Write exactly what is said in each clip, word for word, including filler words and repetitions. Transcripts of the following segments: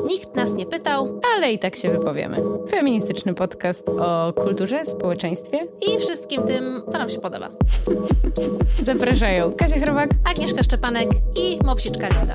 Nikt nas nie pytał, ale i tak się wypowiemy. Feministyczny podcast o kulturze, społeczeństwie i wszystkim tym, co nam się podoba. Zapraszają Kasia Chrobak, Agnieszka Szczepanek i Mopsiczka Linda.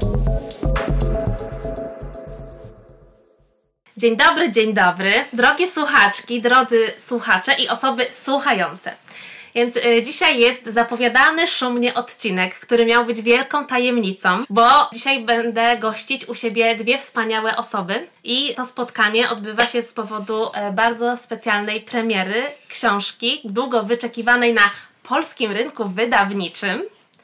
Dzień dobry, dzień dobry, drogie słuchaczki, drodzy słuchacze i osoby słuchające. Więc y, dzisiaj jest zapowiadany szumnie odcinek, który miał być wielką tajemnicą, bo dzisiaj będę gościć u siebie dwie wspaniałe osoby i to spotkanie odbywa się z powodu y, bardzo specjalnej premiery książki, długo wyczekiwanej na polskim rynku wydawniczym.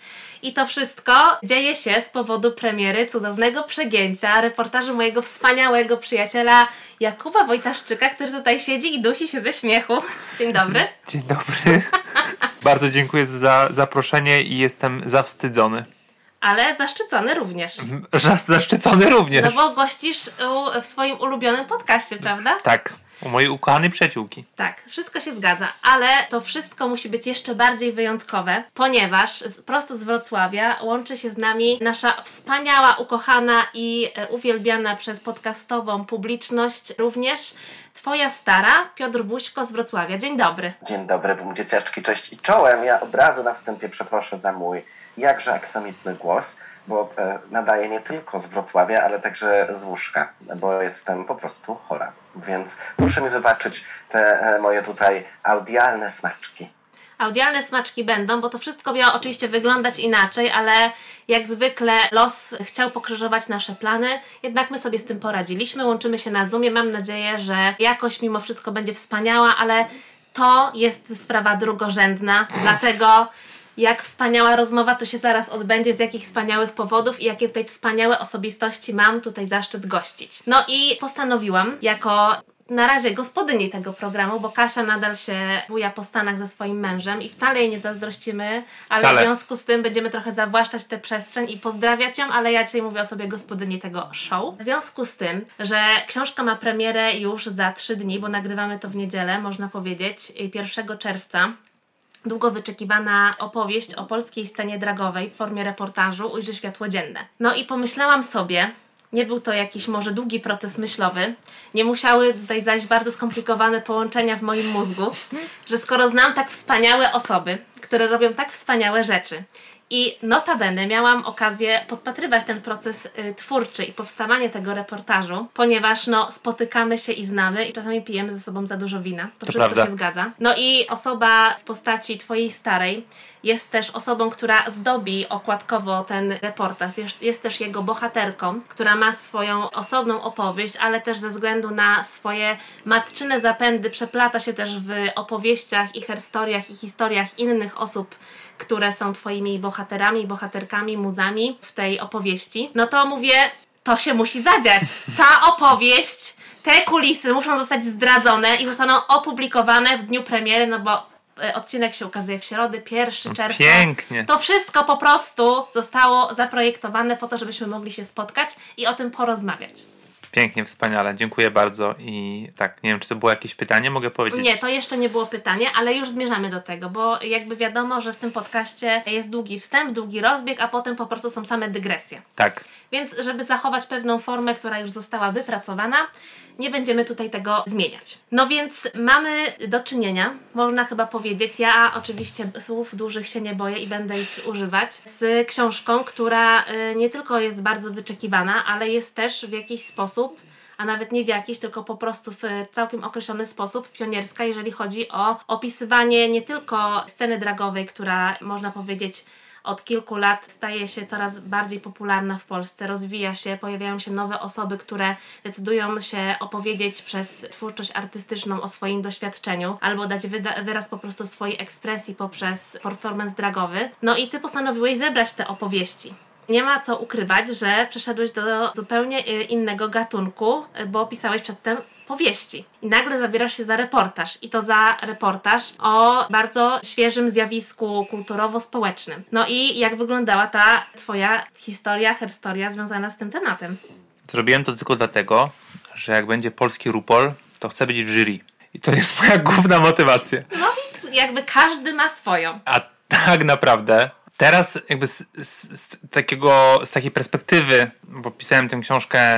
I to wszystko dzieje się z powodu premiery cudownego przegięcia, reportażu mojego wspaniałego przyjaciela Jakuba Wojtaszczyka, który tutaj siedzi i dusi się ze śmiechu. Dzień dobry. Dzień dobry. Bardzo dziękuję za zaproszenie i jestem zawstydzony. Ale zaszczycony również. Zaszczycony również. No bo gościsz u, w swoim ulubionym podcaście, prawda? Tak. U mojej ukochanej przyjaciółki. Tak, wszystko się zgadza, ale to wszystko musi być jeszcze bardziej wyjątkowe, ponieważ prosto z Wrocławia łączy się z nami nasza wspaniała, ukochana i uwielbiana przez podcastową publiczność również twoja stara, Piotr Buźko z Wrocławia. Dzień dobry. Dzień dobry, bum dzieciaczki, cześć i czołem. Ja od razu na wstępie przeproszę za mój jakże aksamitny głos, bo e, nadaję nie tylko z Wrocławia, ale także z łóżka, bo jestem po prostu chora. Więc proszę mi wybaczyć te e, moje tutaj audialne smaczki. Audialne smaczki będą, bo to wszystko miało oczywiście wyglądać inaczej, ale jak zwykle los chciał pokrzyżować nasze plany, jednak my sobie z tym poradziliśmy, łączymy się na Zoomie, mam nadzieję, że jakość mimo wszystko będzie wspaniała, ale to jest sprawa drugorzędna, dlatego jak wspaniała rozmowa to się zaraz odbędzie, z jakich wspaniałych powodów i jakie tutaj wspaniałe osobistości mam tutaj zaszczyt gościć. No i postanowiłam jako na razie gospodyni tego programu, bo Kasia nadal się buja po Stanach ze swoim mężem i wcale jej nie zazdrościmy, ale wcale. W związku z tym będziemy trochę zawłaszczać tę przestrzeń i pozdrawiać ją, ale ja dzisiaj mówię o sobie gospodyni tego show. W związku z tym, że książka ma premierę już za trzy dni, bo nagrywamy to w niedzielę, można powiedzieć, pierwszego czerwca. Długo wyczekiwana opowieść o polskiej scenie dragowej w formie reportażu ujrzy światło dzienne. No i pomyślałam sobie, nie był to jakiś może długi proces myślowy, nie musiały tutaj zajść bardzo skomplikowane połączenia w moim mózgu, że skoro znam tak wspaniałe osoby, które robią tak wspaniałe rzeczy i notabene miałam okazję podpatrywać ten proces y, twórczy i powstawanie tego reportażu, ponieważ no, spotykamy się i znamy i czasami pijemy ze sobą za dużo wina. To, to wszystko prawda. Się zgadza. No i osoba w postaci twojej starej jest też osobą, która zdobi okładkowo ten reportaż. Jest, jest też jego bohaterką, która ma swoją osobną opowieść, ale też ze względu na swoje matczyne zapędy przeplata się też w opowieściach i historiach i historiach innych osób, które są twoimi bohaterami, bohaterkami, muzami w tej opowieści. No to mówię, to się musi zadziać. Ta opowieść, te kulisy muszą zostać zdradzone i zostaną opublikowane w dniu premiery, no bo odcinek się ukazuje w środę, pierwszego czerwca. Pięknie. To wszystko po prostu zostało zaprojektowane po to, żebyśmy mogli się spotkać i o tym porozmawiać. Pięknie, wspaniale. Dziękuję bardzo i tak, nie wiem, czy to było jakieś pytanie, mogę powiedzieć? Nie, to jeszcze nie było pytanie, ale już zmierzamy do tego, bo jakby wiadomo, że w tym podcaście jest długi wstęp, długi rozbieg, a potem po prostu są same dygresje. Tak. Więc żeby zachować pewną formę, która już została wypracowana, nie będziemy tutaj tego zmieniać. No więc mamy do czynienia, można chyba powiedzieć, ja oczywiście słów dużych się nie boję i będę ich używać, z książką, która nie tylko jest bardzo wyczekiwana, ale jest też w jakiś sposób, a nawet nie w jakiś, tylko po prostu w całkiem określony sposób pionierska, jeżeli chodzi o opisywanie nie tylko sceny dragowej, która można powiedzieć od kilku lat staje się coraz bardziej popularna w Polsce, rozwija się, pojawiają się nowe osoby, które decydują się opowiedzieć przez twórczość artystyczną o swoim doświadczeniu albo dać wyda- wyraz po prostu swojej ekspresji poprzez performance dragowy. No i ty postanowiłeś zebrać te opowieści. Nie ma co ukrywać, że przeszedłeś do zupełnie innego gatunku, bo pisałeś przedtem powieści. I nagle zabierasz się za reportaż. I to za reportaż o bardzo świeżym zjawisku kulturowo-społecznym. No i jak wyglądała ta twoja historia, herstoria związana z tym tematem? Zrobiłem to tylko dlatego, że jak będzie polski RuPaul, to chcę być w jury. I to jest moja główna motywacja. No i jakby każdy ma swoją. A tak naprawdę teraz jakby z, z, z, takiego, z takiej perspektywy, bo pisałem tę książkę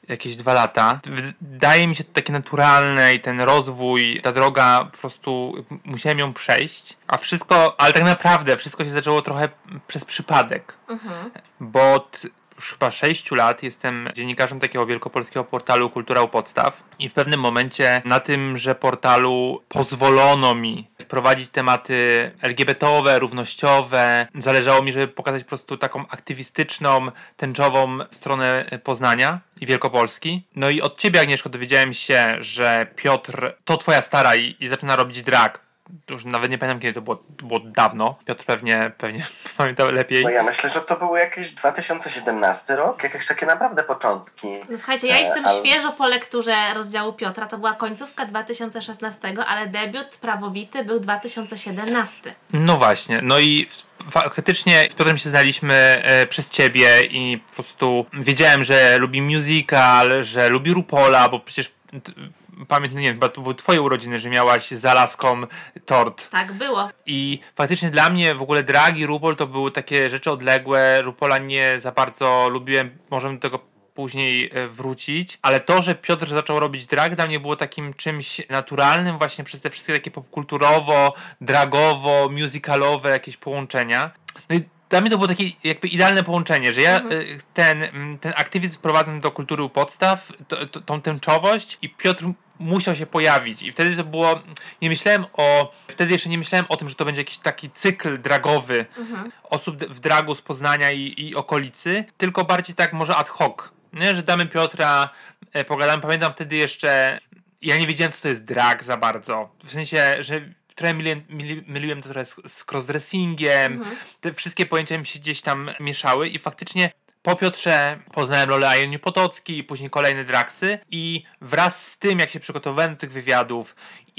jakieś dwa lata. Wydaje mi się to takie naturalne i ten rozwój, ta droga po prostu musiałem ją przejść, a wszystko, ale tak naprawdę wszystko się zaczęło trochę przez przypadek, mhm. bo od już chyba sześciu lat jestem dziennikarzem takiego wielkopolskiego portalu Kultura u podstaw i w pewnym momencie na tymże portalu pozwolono mi wprowadzić tematy el gie be te owe, równościowe. Zależało mi, żeby pokazać po prostu taką aktywistyczną, tęczową stronę Poznania i Wielkopolski. No i od ciebie, Agnieszko, dowiedziałem się, że Piotr to twoja stara i, i zaczyna robić drag. Już nawet nie pamiętam, kiedy to było, to było dawno. Piotr pewnie, pewnie pamiętał lepiej. No ja myślę, że to był jakiś dwa tysiące siedemnasty rok, jakieś takie naprawdę początki. No słuchajcie, ja jestem e, ale... świeżo po lekturze rozdziału Piotra, to była końcówka dwa tysiące szesnastego, ale debiut prawowity był dwa tysiące siedemnasty. No właśnie, no i faktycznie z Piotrem się znaliśmy e, przez ciebie i po prostu wiedziałem, że lubi musical, że lubi RuPaula, bo przecież t, pamiętam, nie wiem, chyba to były twoje urodziny, że miałaś z Alaską tort. Tak było. I faktycznie dla mnie w ogóle drag i RuPaul to były takie rzeczy odległe. RuPaula nie za bardzo lubiłem, możemy do tego później wrócić, ale to, że Piotr zaczął robić drag, dla mnie było takim czymś naturalnym właśnie przez te wszystkie takie popkulturowo, dragowo, musicalowe jakieś połączenia. No i dla mnie to było takie jakby idealne połączenie, że ja mhm. ten, ten aktywizm wprowadzam do kultury u podstaw, to, to, tą tęczowość i Piotr musiał się pojawić i wtedy to było, nie myślałem o, wtedy jeszcze nie myślałem o tym, że to będzie jakiś taki cykl dragowy mhm. osób w dragu z Poznania i, i okolicy, tylko bardziej tak może ad hoc, nie? Że damy Piotra, e, pogadamy, pamiętam wtedy jeszcze, ja nie wiedziałem, co to jest drag za bardzo, w sensie, że trochę myliłem, myli, myliłem to trochę z, z crossdressingiem, mhm. te wszystkie pojęcia mi się gdzieś tam mieszały i faktycznie po Piotrze poznałem rolę Ajony Potocki i później kolejne dragsy i wraz z tym, jak się przygotowywałem do tych wywiadów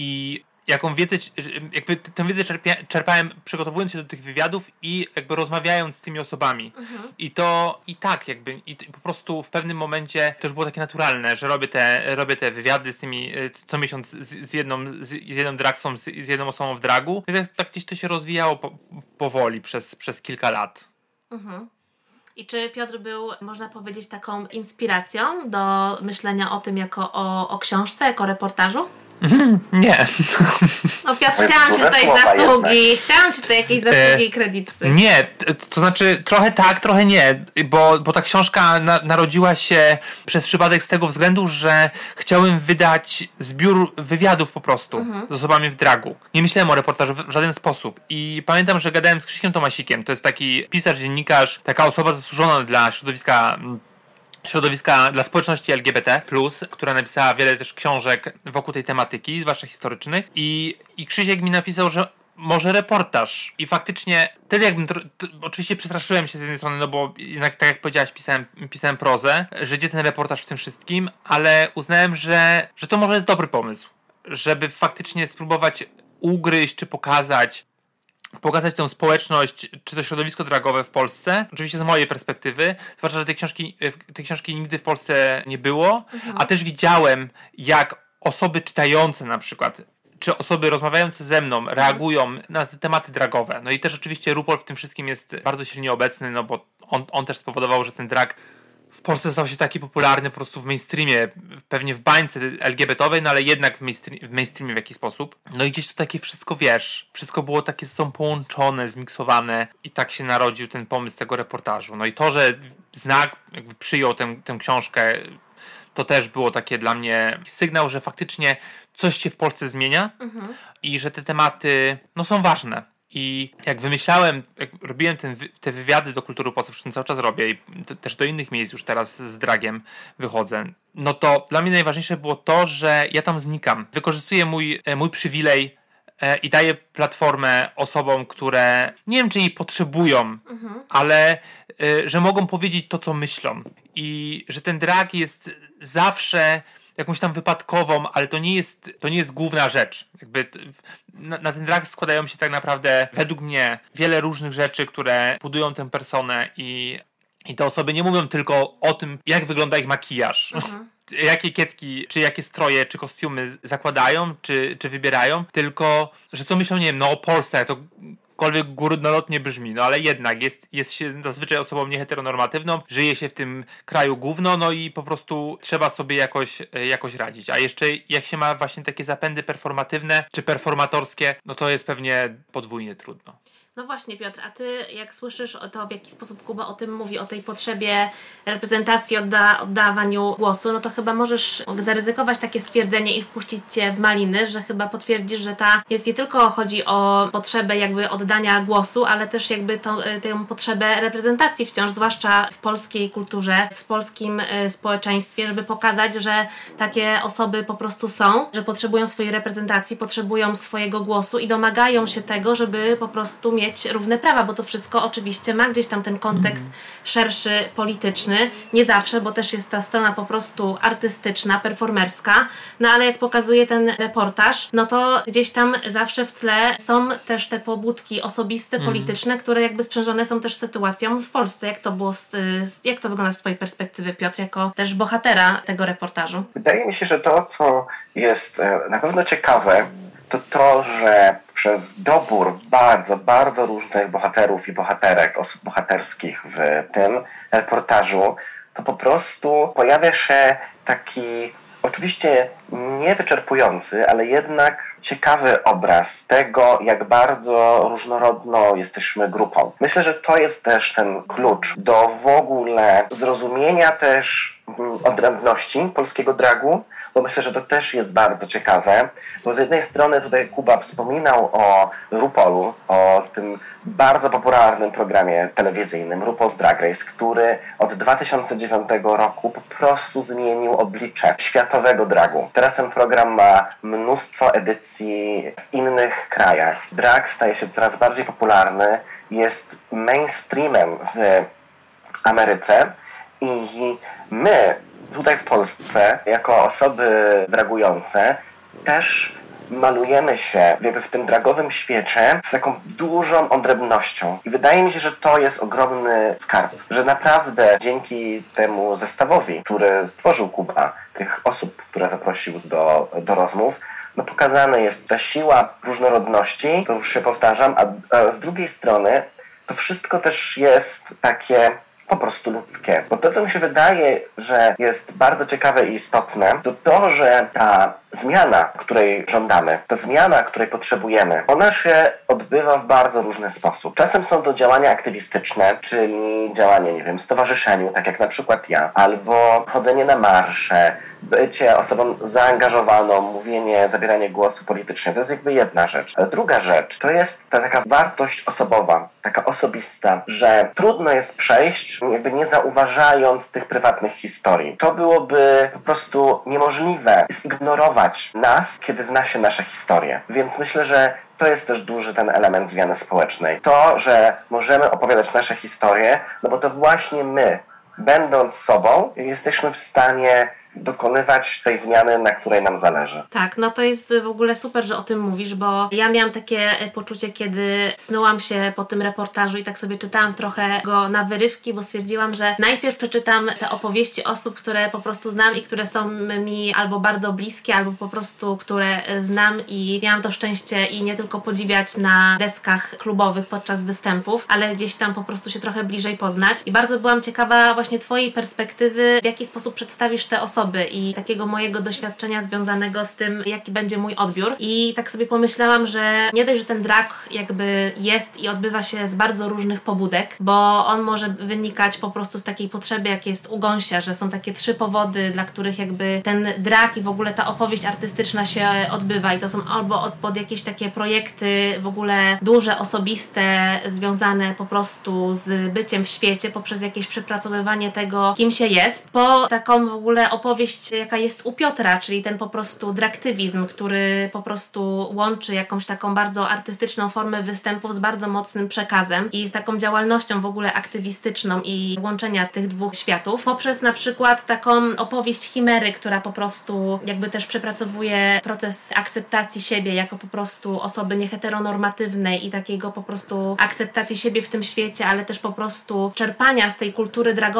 i jaką wiedzę, jakby tę wiedzę czerpia, czerpałem przygotowując się do tych wywiadów i jakby rozmawiając z tymi osobami. Mhm. I to i tak jakby i po prostu w pewnym momencie to już było takie naturalne, że robię te, robię te wywiady z tymi co miesiąc z, z jedną z, z jedną dragsą, z, z jedną osobą w dragu. I tak, tak gdzieś to się rozwijało po, powoli przez, przez kilka lat. Mhm. I czy Piotr był, można powiedzieć, taką inspiracją do myślenia o tym jako o, o książce, jako reportażu? Mm, nie. No Piotr, chciałam ci tutaj zasługi, jednak. chciałam ci tutaj jakieś zasługi e, i kredyty. Nie, to, to znaczy trochę tak, trochę nie, bo, bo ta książka na, narodziła się przez przypadek z tego względu, że chciałem wydać zbiór wywiadów po prostu mhm. z osobami w dragu. Nie myślałem o reportażu w żaden sposób i pamiętam, że gadałem z Krzyśkiem Tomasikiem, to jest taki pisarz, dziennikarz, taka osoba zasłużona dla środowiska środowiska dla społeczności el gie be te plus, która napisała wiele też książek wokół tej tematyki, zwłaszcza historycznych i, i Krzysiek mi napisał, że może reportaż i faktycznie wtedy jakbym, to, to, oczywiście przestraszyłem się z jednej strony, no bo jednak tak jak powiedziałaś, pisałem, pisałem prozę, że gdzie ten reportaż w tym wszystkim, ale uznałem, że, że to może jest dobry pomysł, żeby faktycznie spróbować ugryźć czy pokazać pokazać tę społeczność, czy to środowisko dragowe w Polsce, oczywiście z mojej perspektywy, zwłaszcza, że tej książki, tej książki nigdy w Polsce nie było, mhm. a też widziałem, jak osoby czytające na przykład, czy osoby rozmawiające ze mną reagują na te tematy dragowe. No i też oczywiście RuPaul w tym wszystkim jest bardzo silnie obecny, no bo on, on też spowodował, że ten drag w Polsce stał się taki popularny po prostu w mainstreamie, pewnie w bańce el gie be te owej, no ale jednak w, mainstream, w mainstreamie w jakiś sposób. No i gdzieś to takie wszystko, wiesz, wszystko było takie ze sobą połączone, zmiksowane i tak się narodził ten pomysł tego reportażu. No i to, że Znak jakby przyjął tę, tę książkę, to też było takie dla mnie sygnał, że faktycznie coś się w Polsce zmienia mhm. i że te tematy no, są ważne. I jak wymyślałem, jak robiłem ten, te wywiady do Kultury Podstaw, zresztą cały czas robię i to, też do innych miejsc już teraz z dragiem wychodzę, no to dla mnie najważniejsze było to, że ja tam znikam. Wykorzystuję mój, mój przywilej e, i daję platformę osobom, które nie wiem, czy jej potrzebują, mhm. ale e, że mogą powiedzieć to, co myślą. I że ten drag jest zawsze jakąś tam wypadkową, ale to nie jest, to nie jest główna rzecz. Jakby na, na ten drag składają się tak naprawdę według mnie wiele różnych rzeczy, które budują tę personę i, i te osoby nie mówią tylko o tym, jak wygląda ich makijaż. Mhm. Jakie kiecki, czy jakie stroje, czy kostiumy zakładają, czy, czy wybierają, tylko, że co myślą, nie wiem, no o Polsce, to jakkolwiek górnolotnie brzmi, no ale jednak jest, jest się zazwyczaj osobą nieheteronormatywną, żyje się w tym kraju gówno, no i po prostu trzeba sobie jakoś, jakoś radzić. A jeszcze jak się ma właśnie takie zapędy performatywne czy performatorskie, no to jest pewnie podwójnie trudno. No właśnie, Piotr, a ty jak słyszysz o to, w jaki sposób Kuba o tym mówi, o tej potrzebie reprezentacji, odda- oddawaniu głosu, no to chyba możesz zaryzykować takie stwierdzenie i wpuścić cię w maliny, że chyba potwierdzisz, że ta jest nie tylko chodzi o potrzebę jakby oddania głosu, ale też jakby tą, tę potrzebę reprezentacji wciąż, zwłaszcza w polskiej kulturze, w polskim y, społeczeństwie, żeby pokazać, że takie osoby po prostu są, że potrzebują swojej reprezentacji, potrzebują swojego głosu i domagają się tego, żeby po prostu mieć równe prawa, bo to wszystko oczywiście ma gdzieś tam ten kontekst mm. szerszy, polityczny, nie zawsze, bo też jest ta strona po prostu artystyczna, performerska, no ale jak pokazuje ten reportaż, no to gdzieś tam zawsze w tle są też te pobudki osobiste, mm. polityczne, które jakby sprzężone są też sytuacją w Polsce. Jak to było, z, jak to wygląda z twojej perspektywy, Piotr, jako też bohatera tego reportażu? Wydaje mi się, że to, co jest na pewno ciekawe, to to, że przez dobór bardzo, bardzo różnych bohaterów i bohaterek, osób bohaterskich w tym reportażu, to po prostu pojawia się taki, oczywiście niewyczerpujący, ale jednak ciekawy obraz tego, jak bardzo różnorodną jesteśmy grupą. Myślę, że to jest też ten klucz do w ogóle zrozumienia też odrębności polskiego dragu, bo myślę, że to też jest bardzo ciekawe, bo z jednej strony tutaj Kuba wspominał o RuPaulu, o tym bardzo popularnym programie telewizyjnym RuPaul's Drag Race, który od dwa tysiące dziewiątego roku po prostu zmienił oblicze światowego dragu. Teraz ten program ma mnóstwo edycji w innych krajach. Drag staje się coraz bardziej popularny, jest mainstreamem w Ameryce i my tutaj w Polsce, jako osoby dragujące, też malujemy się jakby w tym dragowym świecie z taką dużą odrębnością. I wydaje mi się, że to jest ogromny skarb. Że naprawdę dzięki temu zestawowi, który stworzył Kuba, tych osób, które zaprosił do, do rozmów, no pokazana jest ta siła różnorodności, to już się powtarzam, a, a z drugiej strony to wszystko też jest takie po prostu ludzkie. Bo to, co mi się wydaje, że jest bardzo ciekawe i istotne, to to, że ta zmiana, której żądamy, ta zmiana, której potrzebujemy, ona się odbywa w bardzo różny sposób. Czasem są to działania aktywistyczne, czyli działanie, nie wiem, w stowarzyszeniu, tak jak na przykład ja, albo chodzenie na marsze, bycie osobą zaangażowaną, mówienie, zabieranie głosu politycznie, to jest jakby jedna rzecz. Ale druga rzecz, to jest ta taka wartość osobowa, taka osobista, że trudno jest przejść, jakby nie zauważając tych prywatnych historii. To byłoby po prostu niemożliwe zignorować nas, kiedy zna się nasze historie. Więc myślę, że to jest też duży ten element zmiany społecznej. To, że możemy opowiadać nasze historie, no bo to właśnie my, będąc sobą, jesteśmy w stanie dokonywać tej zmiany, na której nam zależy. Tak, no to jest w ogóle super, że o tym mówisz, bo ja miałam takie poczucie, kiedy snułam się po tym reportażu i tak sobie czytałam trochę go na wyrywki, bo stwierdziłam, że najpierw przeczytam te opowieści osób, które po prostu znam i które są mi albo bardzo bliskie, albo po prostu, które znam i miałam to szczęście i nie tylko podziwiać na deskach klubowych podczas występów, ale gdzieś tam po prostu się trochę bliżej poznać i bardzo byłam ciekawa właśnie twojej perspektywy, w jaki sposób przedstawisz te osoby i takiego mojego doświadczenia związanego z tym, jaki będzie mój odbiór. I tak sobie pomyślałam, że nie dość, że ten drag jakby jest i odbywa się z bardzo różnych pobudek, bo on może wynikać po prostu z takiej potrzeby, jak jest u Gąsia, że są takie trzy powody, dla których jakby ten drag i w ogóle ta opowieść artystyczna się odbywa i to są albo od, pod jakieś takie projekty w ogóle duże, osobiste, związane po prostu z byciem w świecie, poprzez jakieś przepracowywanie tego, kim się jest, po taką w ogóle opowieść opowieść, jaka jest u Piotra, czyli ten po prostu draktywizm, który po prostu łączy jakąś taką bardzo artystyczną formę występów z bardzo mocnym przekazem i z taką działalnością w ogóle aktywistyczną i łączenia tych dwóch światów, poprzez na przykład taką opowieść chimery, która po prostu jakby też przepracowuje proces akceptacji siebie jako po prostu osoby nieheteronormatywnej i takiego po prostu akceptacji siebie w tym świecie, ale też po prostu czerpania z tej kultury dragowej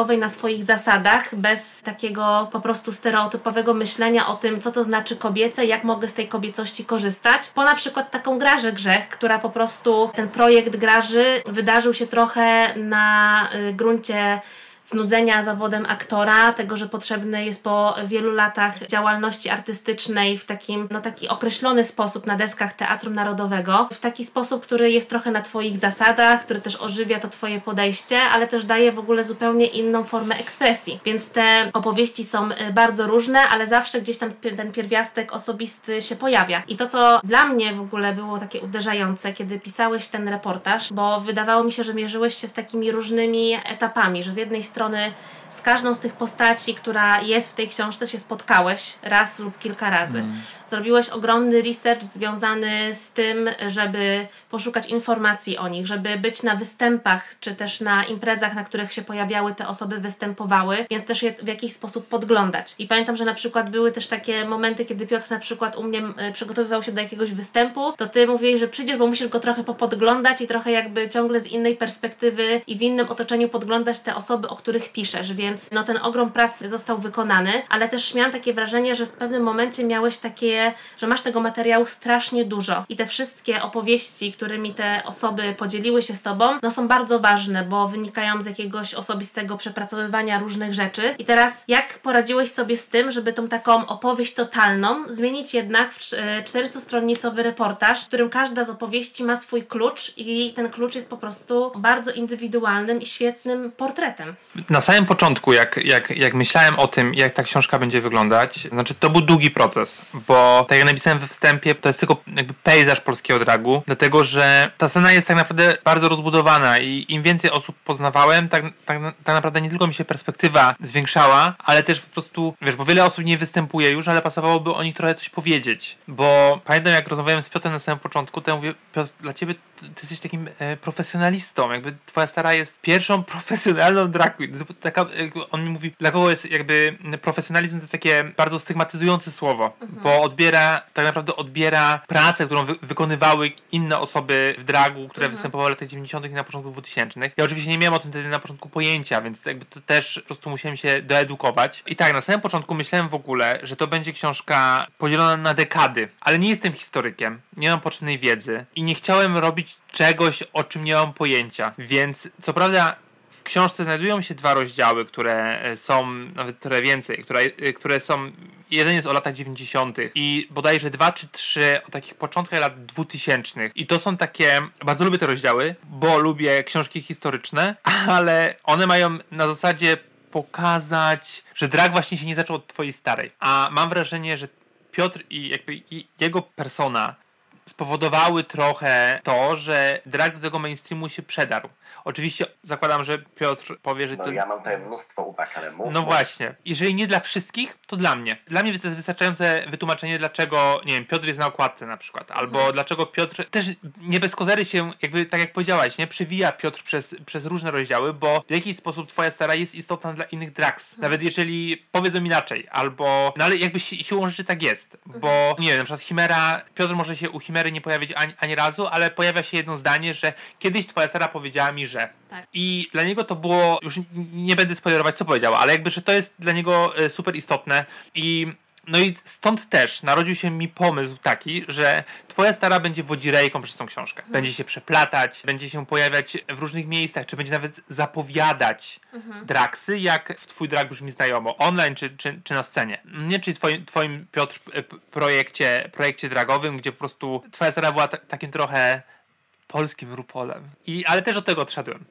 dragowej na swoich zasadach, bez takiego po prostu stereotypowego myślenia o tym, co to znaczy kobiece, jak mogę z tej kobiecości korzystać. Po na przykład taką Grażę Grzech, która po prostu, ten projekt Graży wydarzył się trochę na y, gruncie znudzenia zawodem aktora, tego, że potrzebny jest po wielu latach działalności artystycznej w takim, no taki określony sposób na deskach Teatru Narodowego, w taki sposób, który jest trochę na Twoich zasadach, który też ożywia to Twoje podejście, ale też daje w ogóle zupełnie inną formę ekspresji. Więc te opowieści są bardzo różne, ale zawsze gdzieś tam ten pierwiastek osobisty się pojawia. I to, co dla mnie w ogóle było takie uderzające, kiedy pisałeś ten reportaż, bo wydawało mi się, że mierzyłeś się z takimi różnymi etapami, że z jednej strony z każdą z tych postaci, która jest w tej książce, się spotkałeś raz lub kilka razy. Mm. Zrobiłeś ogromny research związany z tym, żeby poszukać informacji o nich, żeby być na występach, czy też na imprezach, na których się pojawiały te osoby, występowały, więc też je w jakiś sposób podglądać. I pamiętam, że na przykład były też takie momenty, kiedy Piotr na przykład u mnie przygotowywał się do jakiegoś występu, to ty mówiłeś, że przyjdziesz, bo musisz go trochę popodglądać i trochę jakby ciągle z innej perspektywy i w innym otoczeniu podglądać te osoby, o których piszesz, więc no ten ogrom pracy został wykonany, ale też miałam takie wrażenie, że w pewnym momencie miałeś takie, że masz tego materiału strasznie dużo i te wszystkie opowieści, którymi te osoby podzieliły się z tobą, no są bardzo ważne, bo wynikają z jakiegoś osobistego przepracowywania różnych rzeczy. I teraz jak poradziłeś sobie z tym, żeby tą taką opowieść totalną zmienić jednak w czterystustronicowy reportaż, w którym każda z opowieści ma swój klucz i ten klucz jest po prostu bardzo indywidualnym i świetnym portretem. Na samym początku, jak, jak, jak myślałem o tym, jak ta książka będzie wyglądać, znaczy to był długi proces, bo tak jak napisałem we wstępie, to jest tylko jakby pejzaż polskiego dragu, dlatego że ta scena jest tak naprawdę bardzo rozbudowana i im więcej osób poznawałem, tak, tak, tak naprawdę nie tylko mi się perspektywa zwiększała, ale też po prostu, wiesz, bo wiele osób nie występuje już, ale pasowałoby o nich trochę coś powiedzieć, bo pamiętam, jak rozmawiałem z Piotrem na samym początku, to ja mówię, Piotr, dla ciebie ty jesteś takim e, profesjonalistą, jakby twoja stara jest pierwszą profesjonalną drag queen. Taka, on mi mówi, dla kogo jest jakby profesjonalizm, to jest takie bardzo stygmatyzujące słowo, mhm. bo odbiera, tak naprawdę odbiera pracę, którą wy- wykonywały inne osoby w dragu, które mhm. występowały w latach dziewięćdziesiątych i na początku dwutysięcznych. Ja oczywiście nie miałem o tym wtedy na początku pojęcia, więc jakby to też po prostu musiałem się doedukować. I tak, na samym początku myślałem w ogóle, że to będzie książka podzielona na dekady, ale nie jestem historykiem, nie mam potrzebnej wiedzy i nie chciałem robić czegoś, o czym nie mam pojęcia, więc co prawda w książce znajdują się dwa rozdziały, które są, nawet trochę więcej, które, które są, jeden jest o latach dziewięćdziesiątych i bodajże dwa czy trzy o takich początkach lat dwutysięcznych. I to są takie, bardzo lubię te rozdziały, bo lubię książki historyczne, ale one mają na zasadzie pokazać, że drag właśnie się nie zaczął od twojej starej. A mam wrażenie, że Piotr i jakby i jego persona spowodowały trochę to, że drag do tego mainstreamu się przedarł. Oczywiście zakładam, że Piotr powie, że no, to... ja mam tutaj mnóstwo uwag, ale mów. No właśnie. Jeżeli nie dla wszystkich, to dla mnie. Dla mnie to jest wystarczające wytłumaczenie, dlaczego, nie wiem, Piotr jest na okładce na przykład, albo mhm. dlaczego Piotr też nie bez kozery się, jakby tak jak powiedziałaś, nie, przewija Piotr przez, przez różne rozdziały, bo w jakiś sposób twoja stara jest istotna dla innych drags. Mhm. Nawet jeżeli powiedzą inaczej, albo, no ale jakby si- siłą rzeczy tak jest, mhm. bo nie wiem, na przykład Chimera, Piotr może się u Chimery nie pojawić ani, ani razu, ale pojawia się jedno zdanie, że kiedyś twoja stara powiedziała mi, że tak. I dla niego to było, już nie będę spoilerować, co powiedziała, ale jakby, że to jest dla niego super istotne i no i stąd też narodził się mi pomysł taki, że twoja stara będzie wodzirejką przez tą książkę. Mhm. Będzie się przeplatać, będzie się pojawiać w różnych miejscach, czy będzie nawet zapowiadać mhm. dragsy, jak w twój drag brzmi znajomo, online czy, czy, czy na scenie. Nie, czyli twoim, twoim Piotr projekcie, projekcie dragowym, gdzie po prostu twoja stara była t- takim trochę polskim RuPaulem. I, ale też od tego odszedłem.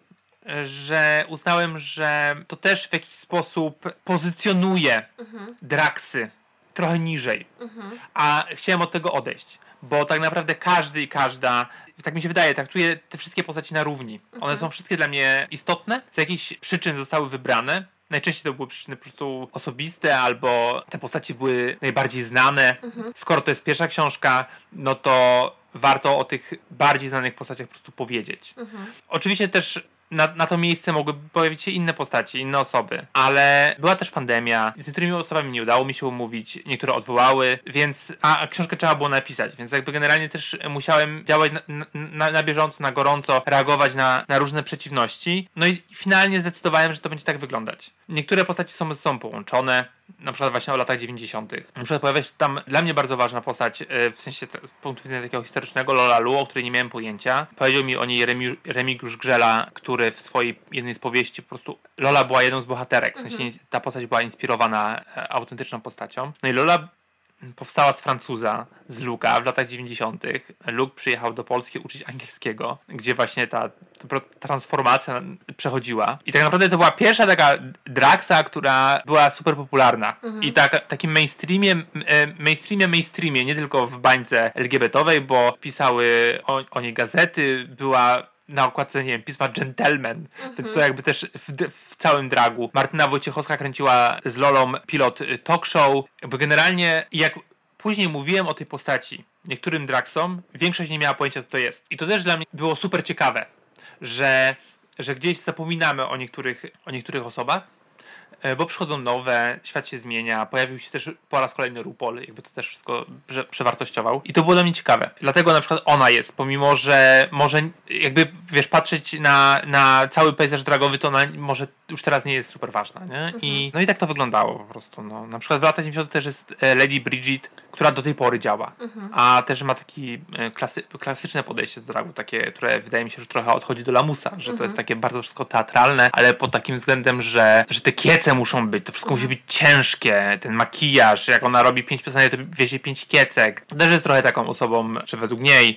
Że uznałem, że to też w jakiś sposób pozycjonuje mhm. dragsy trochę niżej. Mhm. A chciałem od tego odejść. Bo tak naprawdę każdy i każda, tak mi się wydaje, traktuje te wszystkie postaci na równi. Mhm. One są wszystkie dla mnie istotne. Z jakichś przyczyn zostały wybrane. Najczęściej to były przyczyny po prostu osobiste, albo te postaci były najbardziej znane. Mhm. Skoro to jest pierwsza książka, no to warto o tych bardziej znanych postaciach po prostu powiedzieć. Mhm. Oczywiście też na, na to miejsce mogły pojawić się inne postaci, inne osoby. Ale była też pandemia, z niektórymi osobami nie udało mi się umówić, niektóre odwołały, więc, a, a książkę trzeba było napisać, więc jakby generalnie też musiałem działać na, na, na bieżąco, na gorąco, reagować na, na różne przeciwności. No i finalnie zdecydowałem, że to będzie tak wyglądać. Niektóre postaci są ze sobą połączone, na przykład właśnie o latach dziewięćdziesiątych. Na przykład pojawia się tam dla mnie bardzo ważna postać, w sensie z punktu widzenia takiego historycznego, Lola Lu, o której nie miałem pojęcia. Powiedział mi o niej Remi, Remigiusz Grzela, który w swojej jednej z powieści po prostu Lola była jedną z bohaterek, w sensie mhm. ta postać była inspirowana autentyczną postacią. No i Lola powstała z Francuza, z Luka w latach dziewięćdziesiątych. Luke przyjechał do Polski uczyć angielskiego, gdzie właśnie ta, ta transformacja przechodziła. I tak naprawdę to była pierwsza taka Draxa, która była super popularna. Mhm. I tak, takim mainstreamie, mainstreamie, mainstreamie, nie tylko w bańce el gie be towej, bo pisały o, o niej gazety, była na okładce, nie wiem, pisma Gentleman, mhm. więc to jakby też w, w całym dragu. Martyna Wojciechowska kręciła z Lolą pilot talk show. Jakby generalnie, jak później mówiłem o tej postaci niektórym dragsom, większość nie miała pojęcia, co to jest. I to też dla mnie było super ciekawe, że, że gdzieś zapominamy o niektórych, o niektórych osobach, bo przychodzą nowe, świat się zmienia, pojawił się też po raz kolejny RuPaul, jakby to też wszystko prze- przewartościował. I to było dla mnie ciekawe. Dlatego na przykład ona jest, pomimo, że może jakby, wiesz, patrzeć na, na cały pejzaż dragowy, to ona może już teraz nie jest super ważna, nie? Mhm. I, no i tak to wyglądało po prostu. No. Na przykład w latach dziewięćdziesiątych też jest Lady Bridget, która do tej pory działa. Mhm. A też ma taki klasy, klasyczne podejście do dragu, takie, które wydaje mi się, że trochę odchodzi do lamusa, że mhm. to jest takie bardzo wszystko teatralne, ale pod takim względem, że, że te kiece muszą być, to wszystko mhm. musi być ciężkie, ten makijaż, jak ona robi pięć piosenek, to wiezie pięć kiecek. Też jest trochę taką osobą, że według niej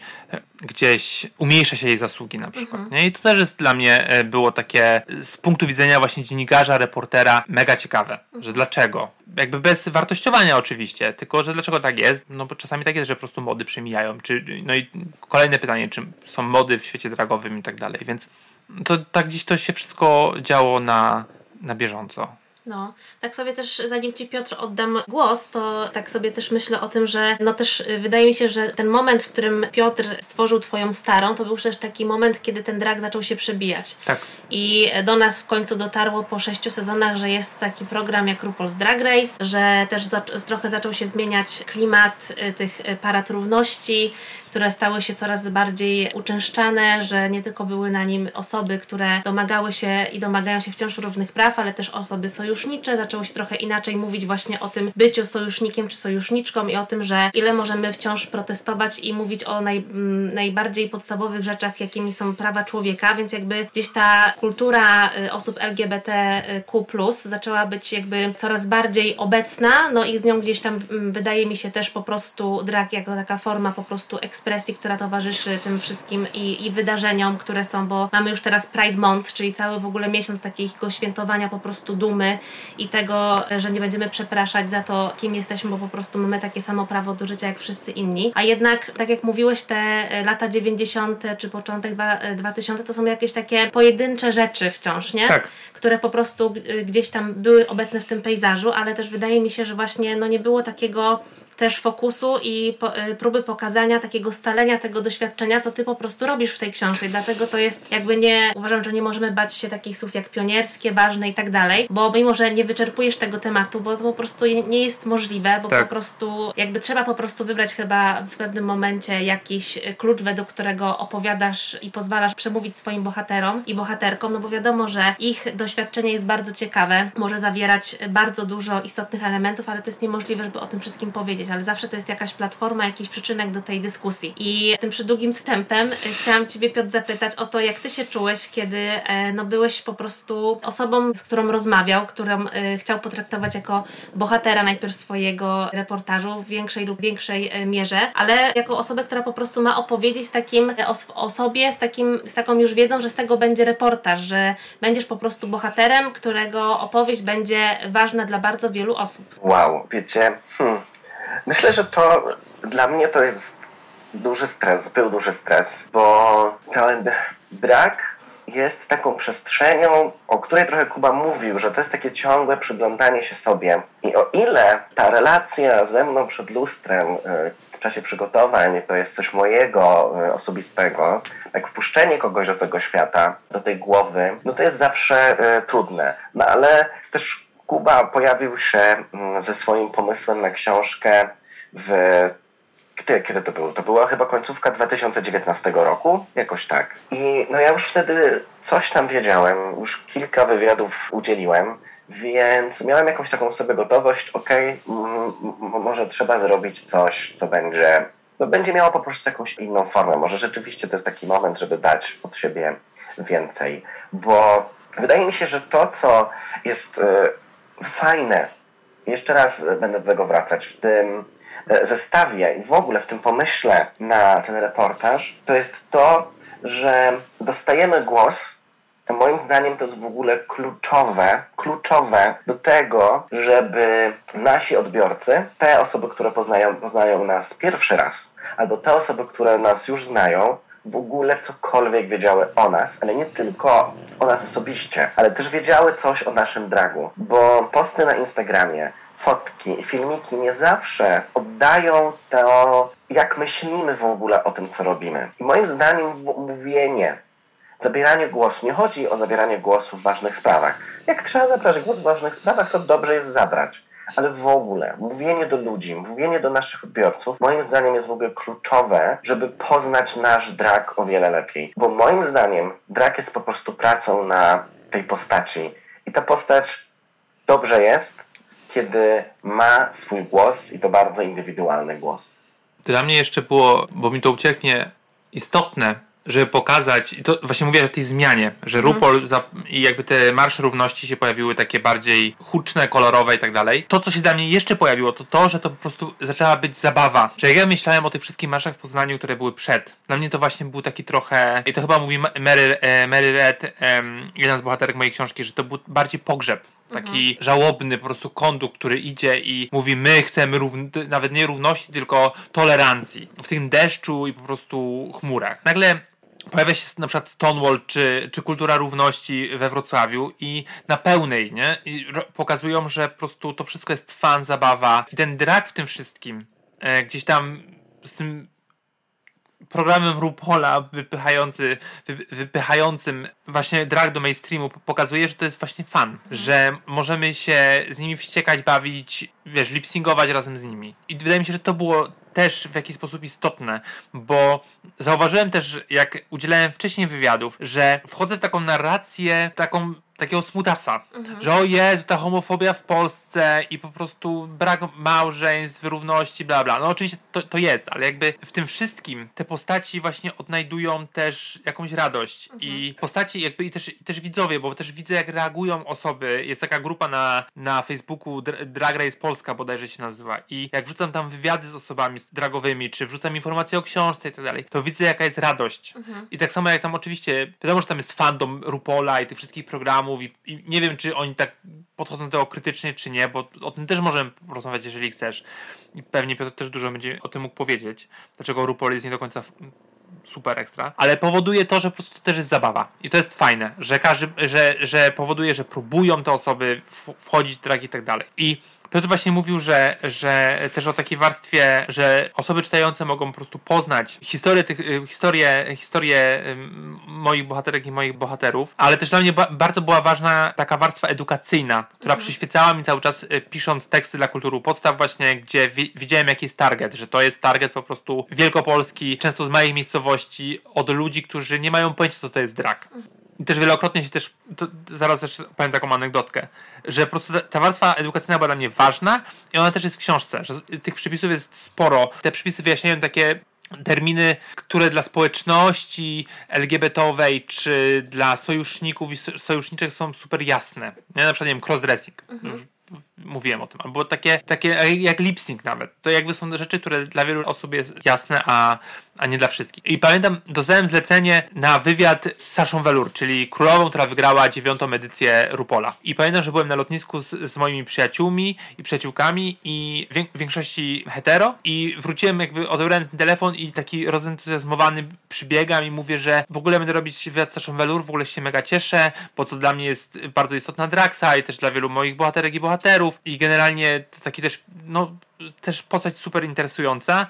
gdzieś umniejsza się jej zasługi na przykład. Mhm. Nie? I to też jest dla mnie było takie z punktu widzenia właśnie dziennikarza, reportera mega ciekawe, mhm. że dlaczego? Jakby bez wartościowania oczywiście, tylko że dlaczego tak jest? No bo czasami tak jest, że po prostu mody przemijają. Czy, no i kolejne pytanie, czy są mody w świecie dragowym i tak dalej, więc to tak gdzieś to się wszystko działo na, na bieżąco. No, tak sobie też, zanim Ci, Piotr, oddam głos, to tak sobie też myślę o tym, że no też wydaje mi się, że ten moment, w którym Piotr stworzył Twoją starą, to był też taki moment, kiedy ten drag zaczął się przebijać. Tak. I do nas w końcu dotarło po sześciu sezonach, że jest taki program jak RuPaul's Drag Race, że też za, trochę zaczął się zmieniać klimat tych parad równości, które stały się coraz bardziej uczęszczane, że nie tylko były na nim osoby, które domagały się i domagają się wciąż równych praw, ale też osoby sojusznicze. Zaczęło się trochę inaczej mówić właśnie o tym byciu sojusznikiem czy sojuszniczką i o tym, że ile możemy wciąż protestować i mówić o naj, m, najbardziej podstawowych rzeczach, jakimi są prawa człowieka, więc jakby gdzieś ta kultura osób el gie be te ku plus zaczęła być jakby coraz bardziej obecna, no i z nią gdzieś tam m, wydaje mi się też po prostu drag jako taka forma po prostu ekspresji, która towarzyszy tym wszystkim i, i wydarzeniom, które są, bo mamy już teraz Pride Month, czyli cały w ogóle miesiąc takiego świętowania po prostu dumy i tego, że nie będziemy przepraszać za to, kim jesteśmy, bo po prostu mamy takie samo prawo do życia jak wszyscy inni. A jednak, tak jak mówiłeś, te lata dziewięćdziesiąte czy początek dwutysięcznych to są jakieś takie pojedyncze rzeczy wciąż, nie? Tak. Które po prostu gdzieś tam były obecne w tym pejzażu, ale też wydaje mi się, że właśnie no nie było takiego też fokusu i po, y, próby pokazania takiego scalenia tego doświadczenia, co ty po prostu robisz w tej książce. I dlatego to jest jakby nie, uważam, że nie możemy bać się takich słów jak pionierskie, ważne i tak dalej, bo mimo, że nie wyczerpujesz tego tematu, bo to po prostu nie jest możliwe, bo tak. po prostu jakby trzeba po prostu wybrać chyba w pewnym momencie jakiś klucz, według którego opowiadasz i pozwalasz przemówić swoim bohaterom i bohaterkom, no bo wiadomo, że ich doświadczenie jest bardzo ciekawe, może zawierać bardzo dużo istotnych elementów, ale to jest niemożliwe, żeby o tym wszystkim powiedzieć, ale zawsze to jest jakaś platforma, jakiś przyczynek do tej dyskusji. I tym przydługim wstępem chciałam Ciebie, Piotr, zapytać o to, jak Ty się czułeś, kiedy no, byłeś po prostu osobą, z którą rozmawiał, którą y, chciał potraktować jako bohatera najpierw swojego reportażu w większej lub większej mierze, ale jako osobę, która po prostu ma opowiedzieć z takim o, o sobie, z, takim, z taką już wiedzą, że z tego będzie reportaż, że będziesz po prostu bohaterem, którego opowieść będzie ważna dla bardzo wielu osób. Wow, wiecie, hmm. myślę, że to dla mnie to jest duży stres, był duży stres, bo ten drag jest taką przestrzenią, o której trochę Kuba mówił, że to jest takie ciągłe przyglądanie się sobie. I o ile ta relacja ze mną przed lustrem, czasie przygotowań to jest coś mojego, y, osobistego, tak wpuszczenie kogoś do tego świata, do tej głowy, no to jest zawsze y, trudne. No ale też Kuba pojawił się y, ze swoim pomysłem na książkę w... Kiedy, kiedy to było? To była chyba końcówka dwa tysiące dziewiętnastego roku, jakoś tak. I no ja już wtedy coś tam wiedziałem, już kilka wywiadów udzieliłem, więc miałem jakąś taką sobie gotowość, okej, okay, może trzeba zrobić coś, co będzie, no będzie miało po prostu jakąś inną formę. Może rzeczywiście to jest taki moment, żeby dać od siebie więcej, bo wydaje mi się, że to, co jest y, fajne, jeszcze raz będę do tego wracać, w tym zestawie i w ogóle w tym pomyśle na ten reportaż, to jest to, że dostajemy głos. Moim zdaniem to jest w ogóle kluczowe, kluczowe do tego, żeby nasi odbiorcy, te osoby, które poznają, poznają nas pierwszy raz, albo te osoby, które nas już znają, w ogóle cokolwiek wiedziały o nas, ale nie tylko o nas osobiście, ale też wiedziały coś o naszym dragu, bo posty na Instagramie, fotki i filmiki nie zawsze oddają to, jak myślimy w ogóle o tym, co robimy. I moim zdaniem mówienie, zabieranie głosu, nie chodzi o zabieranie głosu w ważnych sprawach. Jak trzeba zabrać głos w ważnych sprawach, to dobrze jest zabrać. Ale w ogóle mówienie do ludzi, mówienie do naszych odbiorców, moim zdaniem jest w ogóle kluczowe, żeby poznać nasz drag o wiele lepiej. Bo moim zdaniem drag jest po prostu pracą na tej postaci. I ta postać dobrze jest, kiedy ma swój głos i to bardzo indywidualny głos. Dla mnie jeszcze było, bo mi to ucieknie, istotne, żeby pokazać, i to właśnie mówię o tej zmianie, że mm. RuPaul za, i jakby te marsze równości się pojawiły takie bardziej huczne, kolorowe i tak dalej. To, co się dla mnie jeszcze pojawiło, to to, że to po prostu zaczęła być zabawa. Że jak ja myślałem o tych wszystkich marszach w Poznaniu, które były przed, dla mnie to właśnie był taki trochę, i to chyba mówi Mary, Mary Red, um, jedna z bohaterek mojej książki, że to był bardziej pogrzeb. Taki mhm. żałobny po prostu kondukt, który idzie i mówi, my chcemy równ- nawet nie równości, tylko tolerancji. W tym deszczu i po prostu chmurach. Nagle pojawia się na przykład Stonewall czy, czy kultura równości we Wrocławiu i na pełnej, nie? I ro- pokazują, że po prostu to wszystko jest fan, zabawa i ten drag w tym wszystkim e, gdzieś tam z tym programem RuPaula wypychający, wy, wypychającym właśnie drag do mainstreamu pokazuje, że to jest właśnie fan, mhm. że możemy się z nimi wściekać, bawić, wiesz, lip-syngować razem z nimi. I wydaje mi się, że to było też w jakiś sposób istotne, bo zauważyłem też, jak udzielałem wcześniej wywiadów, że wchodzę w taką narrację, taką takiego smutasa, mhm. że o Jezu, ta homofobia w Polsce i po prostu brak małżeństw, równości, bla bla. No oczywiście to, to jest, ale jakby w tym wszystkim te postaci właśnie odnajdują też jakąś radość mhm. i postaci jakby i też, i też widzowie, bo też widzę, jak reagują osoby. Jest taka grupa na, na Facebooku Drag Race Polska bodajże się nazywa i jak wrzucam tam wywiady z osobami dragowymi, czy wrzucam informacje o książce i tak dalej, to widzę, jaka jest radość. Mhm. I tak samo jak tam oczywiście, wiadomo, że tam jest fandom RuPaula i tych wszystkich programów i, i nie wiem, czy oni tak podchodzą do tego krytycznie, czy nie, bo o tym też możemy porozmawiać, jeżeli chcesz. I pewnie Piotr też dużo będzie o tym mógł powiedzieć, dlaczego RuPaul jest nie do końca super ekstra, ale powoduje to, że po prostu to też jest zabawa. I to jest fajne, że każdy, że, że powoduje, że próbują te osoby wchodzić w drag i tak dalej. I Piotr właśnie mówił, że, że też o takiej warstwie, że osoby czytające mogą po prostu poznać historię tych, historię, historię moich bohaterek i moich bohaterów, ale też dla mnie ba- bardzo była ważna taka warstwa edukacyjna, która mhm. przyświecała mi cały czas pisząc teksty dla Kultury Podstaw właśnie, gdzie wi- widziałem jaki jest target, że to jest target po prostu wielkopolski, często z małych miejscowości, od ludzi, którzy nie mają pojęcia, co to jest drag. I też wielokrotnie się też, to zaraz też powiem taką anegdotkę, że po prostu ta, ta warstwa edukacyjna była dla mnie ważna i ona też jest w książce, że tych przepisów jest sporo. Te przepisy wyjaśniają takie terminy, które dla społeczności el gie be te owej czy dla sojuszników i sojuszniczek są super jasne. Ja na przykład, nie wiem, crossdressing. Mhm. Mówiłem o tym, albo takie, takie jak lip-sync nawet. To jakby są rzeczy, które dla wielu osób jest jasne, a, a nie dla wszystkich. I pamiętam, dostałem zlecenie na wywiad z Saszą Velour, czyli królową, która wygrała dziewiątą edycję RuPaula. I pamiętam, że byłem na lotnisku z, z moimi przyjaciółmi i przyjaciółkami i w, w większości hetero i wróciłem, jakby odebrałem ten telefon i taki rozentuzjazmowany przybiegam i mówię, że w ogóle będę robić wywiad z Saszą Velour, w ogóle się mega cieszę, bo to dla mnie jest bardzo istotna dragsa i też dla wielu moich bohaterek i bohaterów i generalnie to taki też, no, też postać super interesująca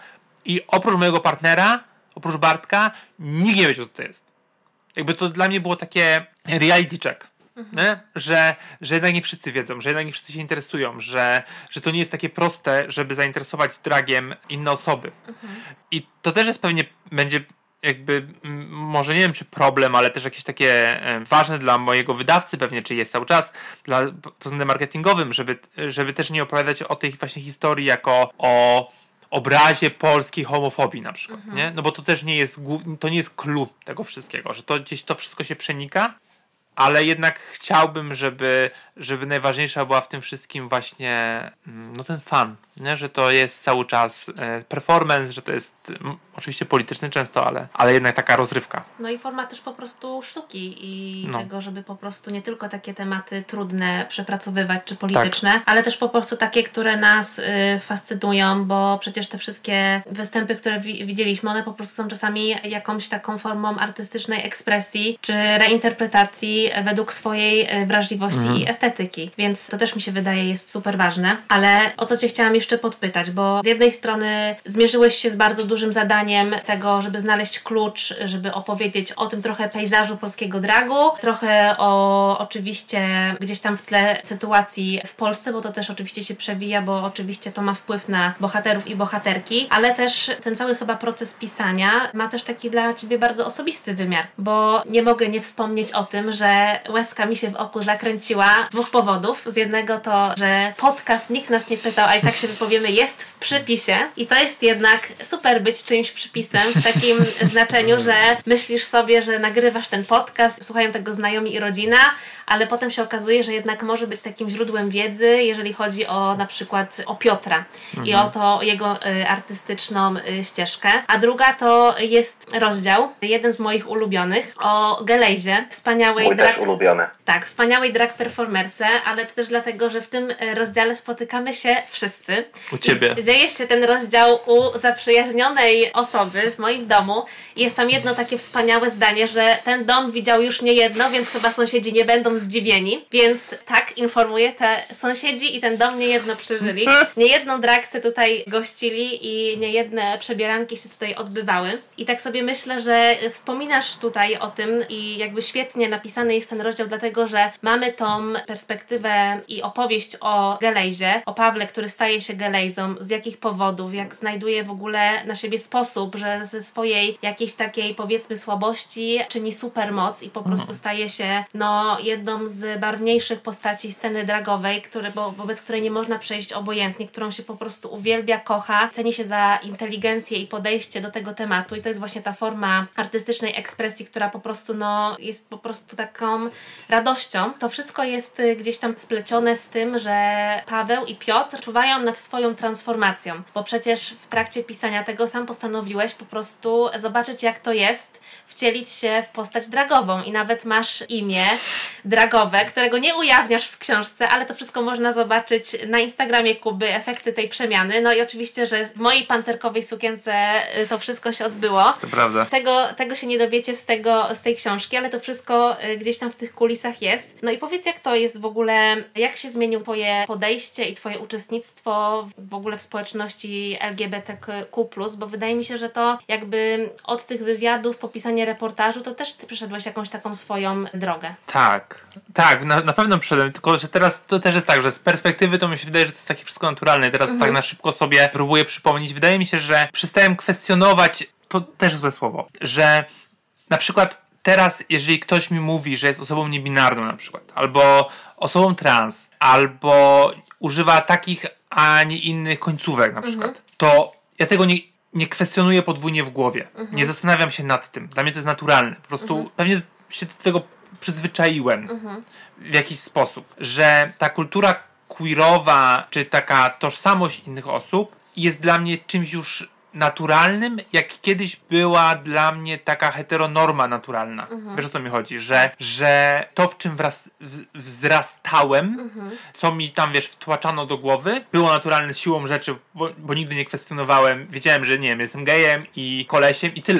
I oprócz mojego partnera, oprócz Bartka, nikt nie wiedział, co to jest. Jakby to dla mnie było takie reality check. Mhm. Nie? Że, że jednak nie wszyscy wiedzą, że jednak nie wszyscy się interesują, że, że to nie jest takie proste, żeby zainteresować dragiem inne osoby. Mhm. I to też jest pewnie, będzie jakby, m, może nie wiem czy problem, ale też jakieś takie e, ważne dla mojego wydawcy pewnie, czy jest cały czas, dla, pod względem marketingowym, żeby, żeby też nie opowiadać o tej właśnie historii jako o obrazie polskiej homofobii na przykład, mhm. nie? No bo to też nie jest, to nie jest clue tego wszystkiego, że to gdzieś to wszystko się przenika, ale jednak chciałbym, żeby, żeby najważniejsza była w tym wszystkim właśnie no ten fan, nie? Że to jest cały czas performance, że to jest m, oczywiście polityczny często, ale, ale jednak taka rozrywka. No i forma też po prostu sztuki i no. tego, żeby po prostu nie tylko takie tematy trudne przepracowywać czy polityczne, tak. ale też po prostu takie, które nas y, fascynują, bo przecież te wszystkie występy, które wi- widzieliśmy, one po prostu są czasami jakąś taką formą artystycznej ekspresji czy reinterpretacji według swojej wrażliwości mm. i estetyki, więc to też mi się wydaje jest super ważne, ale o co Cię chciałam jeszcze podpytać, bo z jednej strony zmierzyłeś się z bardzo dużym zadaniem tego, żeby znaleźć klucz, żeby opowiedzieć o tym trochę pejzażu polskiego dragu, trochę o oczywiście gdzieś tam w tle sytuacji w Polsce, bo to też oczywiście się przewija, bo oczywiście to ma wpływ na bohaterów i bohaterki, ale też ten cały chyba proces pisania ma też taki dla Ciebie bardzo osobisty wymiar, bo nie mogę nie wspomnieć o tym, że łezka mi się w oku zakręciła z dwóch powodów. Z jednego to, że podcast nikt nas nie pytał, a i tak się wypowiemy, jest w przypisie i to jest jednak super być czyimś przypisem w takim znaczeniu, że myślisz sobie, że nagrywasz ten podcast, słuchają tego znajomi i rodzina, ale potem się okazuje, że jednak może być takim źródłem wiedzy, jeżeli chodzi o na przykład o Piotra mhm. i o to jego y, artystyczną y, ścieżkę. A druga to jest rozdział, jeden z moich ulubionych, o Gelejzie, wspaniałej Mój drag... też ulubiony. Tak, wspaniałej drag performerce, ale to też dlatego, że w tym rozdziale spotykamy się wszyscy. U Ciebie. I dzieje się ten rozdział u zaprzyjaźnionej osoby w moim domu i jest tam jedno takie wspaniałe zdanie, że ten dom widział już nie jedno, więc chyba sąsiedzi nie będą zdziwieni, więc tak, informuję, te sąsiedzi i ten dom niejedno przeżyli. Niejedną dragsę tutaj gościli i niejedne przebieranki się tutaj odbywały. I tak sobie myślę, że wspominasz tutaj o tym i jakby świetnie napisany jest ten rozdział, dlatego, że mamy tą perspektywę i opowieść o Gelejzie, o Pawle, który staje się Gelejzą, z jakich powodów, jak znajduje w ogóle na siebie sposób, że ze swojej jakiejś takiej powiedzmy słabości czyni supermoc i po prostu staje się no jedną z barwniejszych postaci sceny dragowej, który, bo, wobec której nie można przejść obojętnie, którą się po prostu uwielbia, kocha, ceni się za inteligencję i podejście do tego tematu i to jest właśnie ta forma artystycznej ekspresji, która po prostu no jest po prostu taką radością. To wszystko jest gdzieś tam splecione z tym, że Paweł i Piotr czuwają nad Twoją transformacją, bo przecież w trakcie pisania tego sam postanowiłeś po prostu zobaczyć, jak to jest wcielić się w postać dragową i nawet masz imię dragowe, którego nie ujawniasz w książce, ale to wszystko można zobaczyć na Instagramie Kuby, efekty tej przemiany. No i oczywiście, że w mojej panterkowej sukience to wszystko się odbyło. To prawda. Tego, tego się nie dowiecie z, tego, z tej książki, ale to wszystko gdzieś tam w tych kulisach jest. No i powiedz, jak to jest w ogóle, jak się zmieniło Twoje podejście i Twoje uczestnictwo w ogóle w społeczności L G B T Q plus, bo wydaje mi się, że to jakby od tych wywiadów po pisanie reportażu, to też Ty przeszedłeś jakąś taką swoją drogę. Tak, tak, na, na pewno przeszedłem, tylko że teraz to też jest tak, że z perspektywy to mi się wydaje, że to jest takie wszystko naturalne i teraz mhm. tak na szybko sobie próbuję przypomnieć. Wydaje mi się, że przestałem kwestionować, to też złe słowo, że na przykład teraz, jeżeli ktoś mi mówi, że jest osobą niebinarną na przykład, albo osobą trans, albo używa takich, a nie innych końcówek na przykład, mhm. to ja tego nie, nie kwestionuję podwójnie w głowie. Mhm. Nie zastanawiam się nad tym. Dla mnie to jest naturalne. Po prostu mhm. pewnie się do tego przyzwyczaiłem mhm. w jakiś sposób, że ta kultura queerowa, czy taka tożsamość innych osób jest dla mnie czymś już naturalnym, jak kiedyś była dla mnie taka heteronorma naturalna. Mhm. Wiesz, o co mi chodzi? Że, że to, w czym wraz, w, wzrastałem, mhm. co mi tam, wiesz, wtłaczano do głowy, było naturalne siłą rzeczy, bo, bo nigdy nie kwestionowałem. Wiedziałem, że nie wiem, jestem gejem i kolesiem i tyle.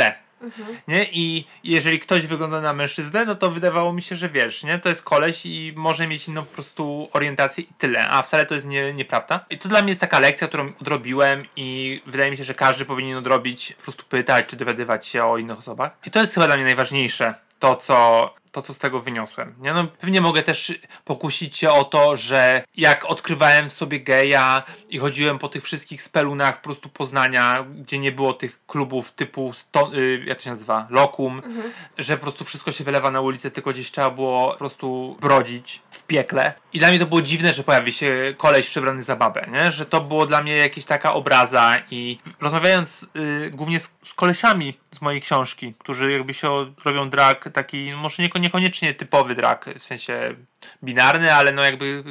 Mhm. Nie? I jeżeli ktoś wygląda na mężczyznę, no to wydawało mi się, że wiesz, nie? To jest koleś i może mieć inną po prostu orientację i tyle, a wcale to jest nie, nieprawda. I to dla mnie jest taka lekcja, którą odrobiłem i wydaje mi się, że każdy powinien odrobić, po prostu pytać, czy dowiadywać się o innych osobach. I to jest chyba dla mnie najważniejsze, to co... to, co z tego wyniosłem. Nie? No, pewnie mogę też pokusić się o to, że jak odkrywałem w sobie geja i chodziłem po tych wszystkich spelunach po prostu Poznania, gdzie nie było tych klubów typu, sto, y, jak to się nazywa, Lokum, mhm. że po prostu wszystko się wylewa na ulicę, tylko gdzieś trzeba było po prostu brodzić w piekle. I dla mnie to było dziwne, że pojawi się koleś przebrany za babę, nie? Że to było dla mnie jakaś taka obraza i rozmawiając y, głównie z, z kolesiami z mojej książki, którzy jakby się robią drag taki, może niekoniecznie niekoniecznie typowy drag, w sensie binarny, ale no jakby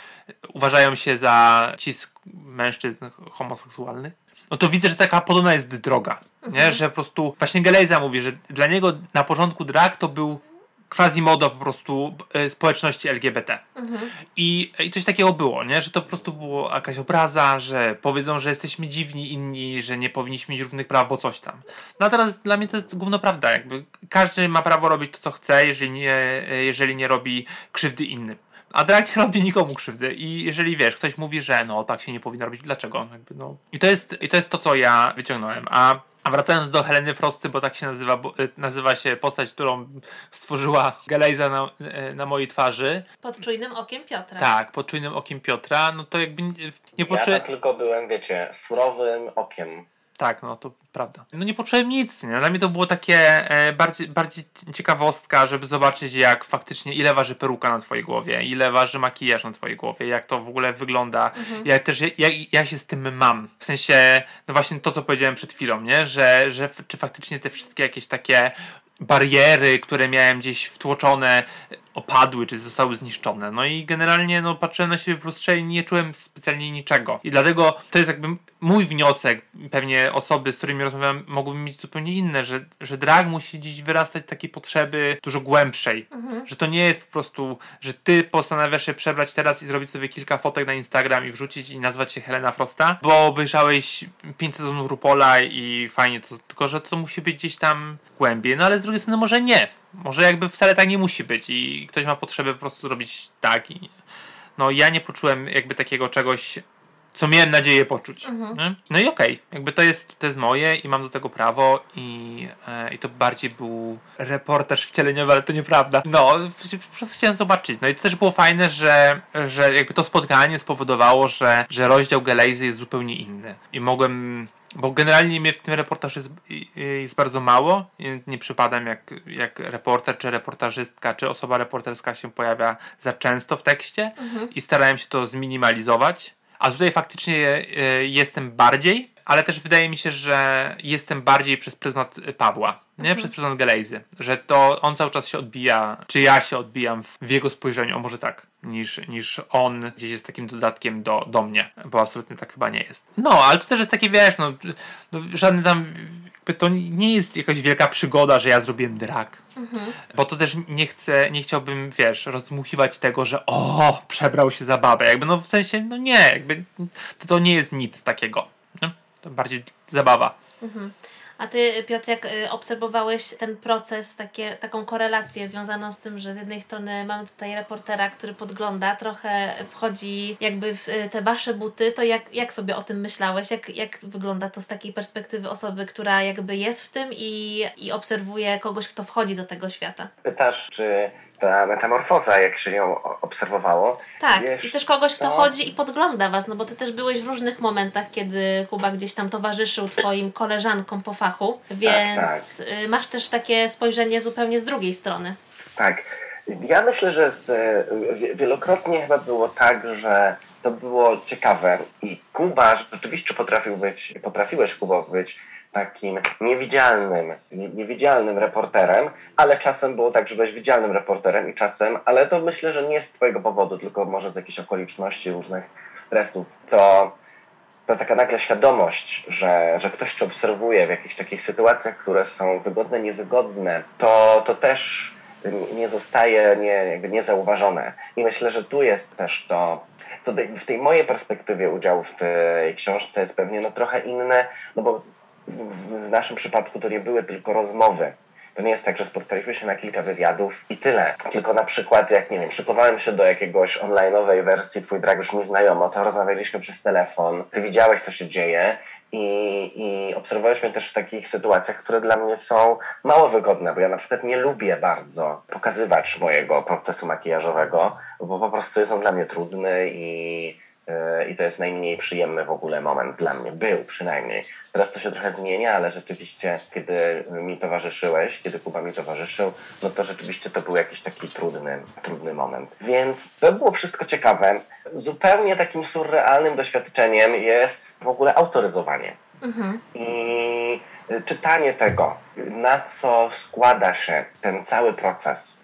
uważają się za cis mężczyzn homoseksualnych, no to widzę, że taka podobna jest droga, mhm. nie? Że po prostu właśnie Gelejza mówi, że dla niego na początku drag to był quasi-moda po prostu e, społeczności L G B T. Mhm. I, I coś takiego było, nie? Że to po prostu była jakaś obraza, że powiedzą, że jesteśmy dziwni inni, że nie powinniśmy mieć równych praw, bo coś tam. No a teraz dla mnie to jest gówno prawda. Jakby każdy ma prawo robić to, co chce, jeżeli nie, jeżeli nie robi krzywdy innym. A drag nie robi nikomu krzywdy. I jeżeli wiesz, ktoś mówi, że no tak się nie powinno robić, dlaczego? Jakby, no. I, to jest, I to jest to, co ja wyciągnąłem. A A wracając do Heleny Frosty, bo tak się nazywa, bo, nazywa się postać, którą stworzyła Gelejza na, na mojej twarzy. Pod czujnym okiem Piotra. Tak, pod czujnym okiem Piotra, no to jakby nie, nie poczułem... Ja tak tylko byłem, wiecie, surowym okiem. Tak, no to prawda. No nie poczułem nic, nie? Dla mnie to było takie e, bardziej, bardziej ciekawostka, żeby zobaczyć jak faktycznie, ile waży peruka na twojej głowie, ile waży makijaż na twojej głowie, jak to w ogóle wygląda, mhm. jak też, jak, ja się z tym mam. W sensie, no właśnie to, co powiedziałem przed chwilą, nie? Że, że czy faktycznie te wszystkie jakieś takie bariery, które miałem gdzieś wtłoczone, opadły, czy zostały zniszczone. No i generalnie no, patrzyłem na siebie w lustrze i nie czułem specjalnie niczego. I dlatego to jest jakby mój wniosek. Pewnie osoby, z którymi rozmawiam, mogłyby mieć zupełnie inne, że, że drag musi dziś wyrastać z takiej potrzeby dużo głębszej. Mhm. Że to nie jest po prostu, że ty postanawiasz się przebrać teraz i zrobić sobie kilka fotek na Instagram i wrzucić i nazwać się Helena Frosta, bo obejrzałeś pięć sezonów RuPaula i fajnie, to, tylko że to musi być gdzieś tam głębiej. No ale z drugiej strony może nie. Może jakby wcale tak nie musi być i ktoś ma potrzebę po prostu zrobić tak i no ja nie poczułem jakby takiego czegoś, co miałem nadzieję poczuć. Mhm. No i okej, okay, jakby to jest, to jest moje i mam do tego prawo i, e, i to bardziej był reportaż wcieleniowy, ale to nieprawda. No, po prostu chciałem zobaczyć. No i to też było fajne, że, że jakby to spotkanie spowodowało, że, że rozdział Gelejzy jest zupełnie inny i mogłem... Bo generalnie mnie w tym reportażu jest, jest bardzo mało. Nie przypadam jak, jak reporter, czy reportażystka, czy osoba reporterska się pojawia za często w tekście mhm. i starałem się to zminimalizować. A tutaj faktycznie jestem bardziej, ale też wydaje mi się, że jestem bardziej przez pryzmat Pawła, nie? Mhm. Przez pryzmat Gelejzy. Że to on cały czas się odbija, czy ja się odbijam w, w jego spojrzeniu, o może tak, niż, niż on gdzieś jest takim dodatkiem do, do mnie, bo absolutnie tak chyba nie jest. No, ale to też jest takie, wiesz, no, no żadny tam, to nie jest jakaś wielka przygoda, że ja zrobiłem drag. Mhm. Bo to też nie chcę, nie chciałbym, wiesz, rozdmuchiwać tego, że o, przebrał się za babę. Jakby, no w sensie, no nie, jakby to, to nie jest nic takiego. Nie? To bardziej zabawa. Mhm. A ty, Piotr, jak obserwowałeś ten proces, takie, taką korelację związaną z tym, że z jednej strony mamy tutaj reportera, który podgląda, trochę wchodzi jakby w te wasze buty, to jak, jak sobie o tym myślałeś? Jak, jak wygląda to z takiej perspektywy osoby, która jakby jest w tym i, i obserwuje kogoś, kto wchodzi do tego świata? Pytasz, czy ta metamorfoza, jak się ją obserwowało. Tak, wiesz, i też kogoś, kto to... chodzi i podgląda was, no bo ty też byłeś w różnych momentach, kiedy Kuba gdzieś tam towarzyszył twoim koleżankom po fachu, więc tak, tak. masz też takie spojrzenie zupełnie z drugiej strony. Tak. Ja myślę, że z, wielokrotnie chyba było tak, że to było ciekawe i Kuba rzeczywiście potrafił być, potrafiłeś Kuba być takim niewidzialnym, nie, niewidzialnym reporterem, ale czasem było tak, że byłeś widzialnym reporterem i czasem, ale to myślę, że nie z twojego powodu, tylko może z jakichś okoliczności, różnych stresów. To, to taka nagle świadomość, że, że ktoś cię obserwuje w jakichś takich sytuacjach, które są wygodne, niewygodne, to, to też nie zostaje nie, jakby niezauważone. I myślę, że tu jest też to, co w tej mojej perspektywie udziału w tej książce jest pewnie no trochę inne, no bo w, w naszym przypadku to nie były tylko rozmowy. To nie jest tak, że spotkaliśmy się na kilka wywiadów i tyle. Tylko na przykład, jak nie wiem, szykowałem się do jakiegoś online'owej wersji Twój brak już mi znajomo, to rozmawialiśmy przez telefon, ty widziałeś, co się dzieje i, i obserwowałeś mnie też w takich sytuacjach, które dla mnie są mało wygodne, bo ja na przykład nie lubię bardzo pokazywać mojego procesu makijażowego, bo po prostu jest on dla mnie trudny i I to jest najmniej przyjemny w ogóle moment dla mnie. Był przynajmniej. Teraz to się trochę zmienia, ale rzeczywiście, kiedy mi towarzyszyłeś, kiedy Kuba mi towarzyszył, no to rzeczywiście to był jakiś taki trudny, trudny moment. Więc to było wszystko ciekawe. Zupełnie takim surrealnym doświadczeniem jest w ogóle autoryzowanie. Mhm. I czytanie tego, na co składa się ten cały proces.